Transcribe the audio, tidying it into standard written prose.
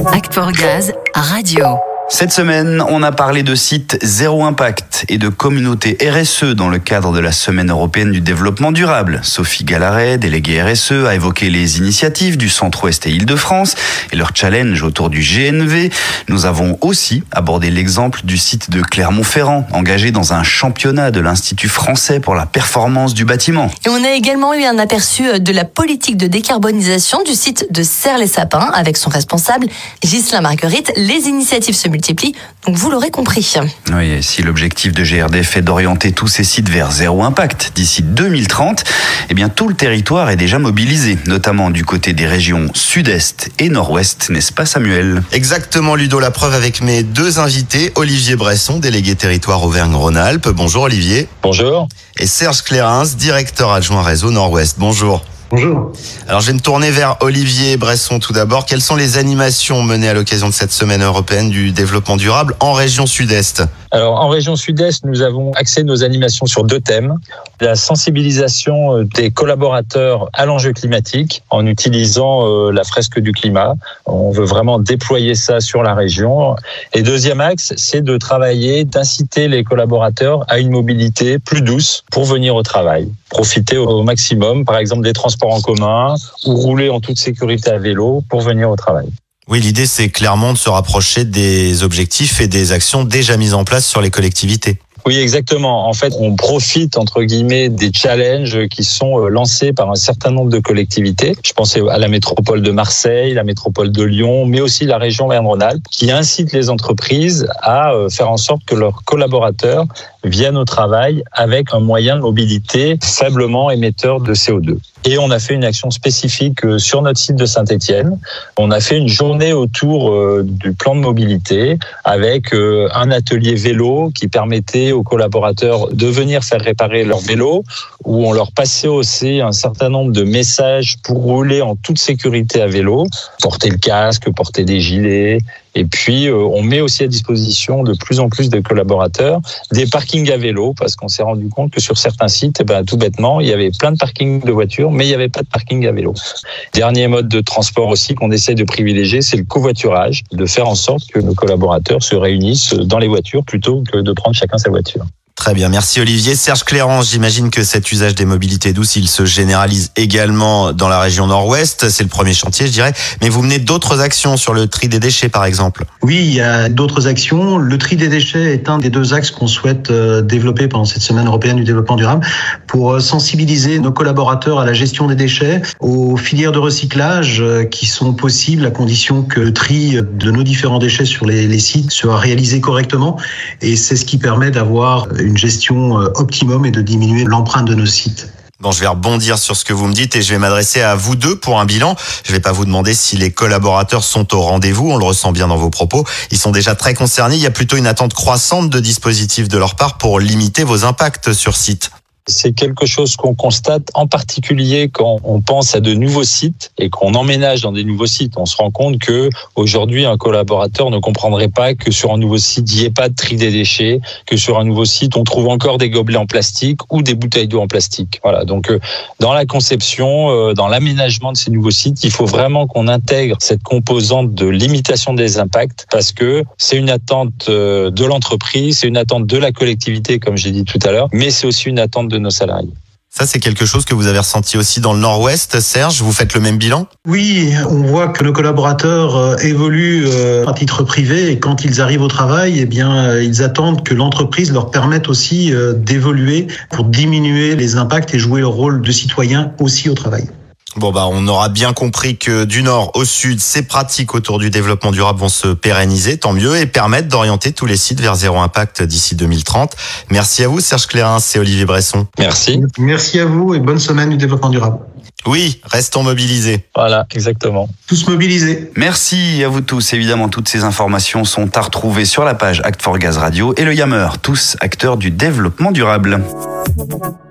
Act for Gaz Radio. Cette semaine, on a parlé de sites zéro impact et de communautés RSE dans le cadre de la Semaine européenne du développement durable. Sophie Gallaret, déléguée RSE, a évoqué les initiatives du Centre-Ouest et Île-de-France et leur challenge autour du GNV. Nous avons aussi abordé l'exemple du site de Clermont-Ferrand, engagé dans un championnat de l'Institut français pour la performance du bâtiment. Et on a également eu un aperçu de la politique de décarbonisation du site de Serres-les-Sapins avec son responsable Ghislain Marguerite. Les initiatives se multiplient, donc vous l'aurez compris. Oui, et si l'objectif de GRDF est d'orienter tous ces sites vers zéro impact d'ici 2030, eh bien tout le territoire est déjà mobilisé, notamment du côté des régions sud-est et nord-ouest, n'est-ce pas Samuel ? Exactement Ludo, la preuve avec mes deux invités, Olivier Bresson, délégué territoire Auvergne-Rhône-Alpes. Bonjour Olivier. Bonjour. Et Serge Clérens, directeur adjoint réseau Nord-Ouest. Bonjour. Bonjour. Alors je vais me tourner vers Olivier Bresson tout d'abord. Quelles sont les animations menées à l'occasion de cette semaine européenne du développement durable en région sud-est ? Alors en région sud-est, nous avons axé nos animations sur deux thèmes. La sensibilisation des collaborateurs à l'enjeu climatique en utilisant la fresque du climat. On veut vraiment déployer ça sur la région. Et deuxième axe, c'est de travailler, d'inciter les collaborateurs à une mobilité plus douce pour venir au travail. Profiter au maximum, par exemple, des transports en commun ou rouler en toute sécurité à vélo pour venir au travail. Oui, l'idée c'est clairement de se rapprocher des objectifs et des actions déjà mises en place sur les collectivités. Oui, exactement. En fait, on profite, entre guillemets, des challenges qui sont lancés par un certain nombre de collectivités. Je pense à la métropole de Marseille, la métropole de Lyon, mais aussi la région Auvergne-Rhône-Alpes, qui incitent les entreprises à faire en sorte que leurs collaborateurs viennent au travail avec un moyen de mobilité faiblement émetteur de CO2. Et on a fait une action spécifique sur notre site de Saint-Étienne. On a fait une journée autour du plan de mobilité avec un atelier vélo qui permettait aux collaborateurs de venir faire réparer leur vélo, où on leur passait aussi un certain nombre de messages pour rouler en toute sécurité à vélo, porter le casque, porter des gilets. Et puis, on met aussi à disposition de plus en plus de collaborateurs des parkings à vélo, parce qu'on s'est rendu compte que sur certains sites, tout bêtement, il y avait plein de parkings de voitures, mais il n'y avait pas de parking à vélo. Dernier mode de transport aussi qu'on essaye de privilégier, c'est le covoiturage, de faire en sorte que nos collaborateurs se réunissent dans les voitures plutôt que de prendre chacun sa voiture. Très bien, merci Olivier. Serge Clérens, j'imagine que cet usage des mobilités douces, il se généralise également dans la région nord-ouest. C'est le premier chantier, je dirais. Mais vous menez d'autres actions sur le tri des déchets, par exemple ? Oui, il y a d'autres actions. Le tri des déchets est un des deux axes qu'on souhaite développer pendant cette semaine européenne du développement durable pour sensibiliser nos collaborateurs à la gestion des déchets, aux filières de recyclage qui sont possibles à condition que le tri de nos différents déchets sur les sites soit réalisé correctement. Et c'est ce qui permet d'avoir une gestion optimum et de diminuer l'empreinte de nos sites. Bon, je vais rebondir sur ce que vous me dites et je vais m'adresser à vous deux pour un bilan. Je ne vais pas vous demander si les collaborateurs sont au rendez-vous, on le ressent bien dans vos propos. Ils sont déjà très concernés, il y a plutôt une attente croissante de dispositifs de leur part pour limiter vos impacts sur site. C'est quelque chose qu'on constate en particulier quand on pense à de nouveaux sites et qu'on emménage dans des nouveaux sites. On se rend compte que aujourd'hui un collaborateur ne comprendrait pas que sur un nouveau site il n'y ait pas de tri des déchets, que sur un nouveau site on trouve encore des gobelets en plastique ou des bouteilles d'eau en plastique. Voilà. Donc dans la conception, dans l'aménagement de ces nouveaux sites, il faut vraiment qu'on intègre cette composante de limitation des impacts parce que c'est une attente de l'entreprise, c'est une attente de la collectivité comme j'ai dit tout à l'heure, mais c'est aussi une attente de nos salariés. Ça, c'est quelque chose que vous avez ressenti aussi dans le Nord-Ouest, Serge. Vous faites le même bilan ? Oui, on voit que nos collaborateurs évoluent à titre privé et quand ils arrivent au travail, eh bien, ils attendent que l'entreprise leur permette aussi d'évoluer pour diminuer les impacts et jouer leur rôle de citoyen aussi au travail. Bon, on aura bien compris que du nord au sud, ces pratiques autour du développement durable vont se pérenniser, tant mieux, et permettre d'orienter tous les sites vers zéro impact d'ici 2030. Merci à vous, Serge Clérens et Olivier Bresson. Merci. Merci à vous et bonne semaine du développement durable. Oui, restons mobilisés. Voilà, exactement. Tous mobilisés. Merci à vous tous. Évidemment, toutes ces informations sont à retrouver sur la page Act for Gaz Radio et le Yammer, tous acteurs du développement durable.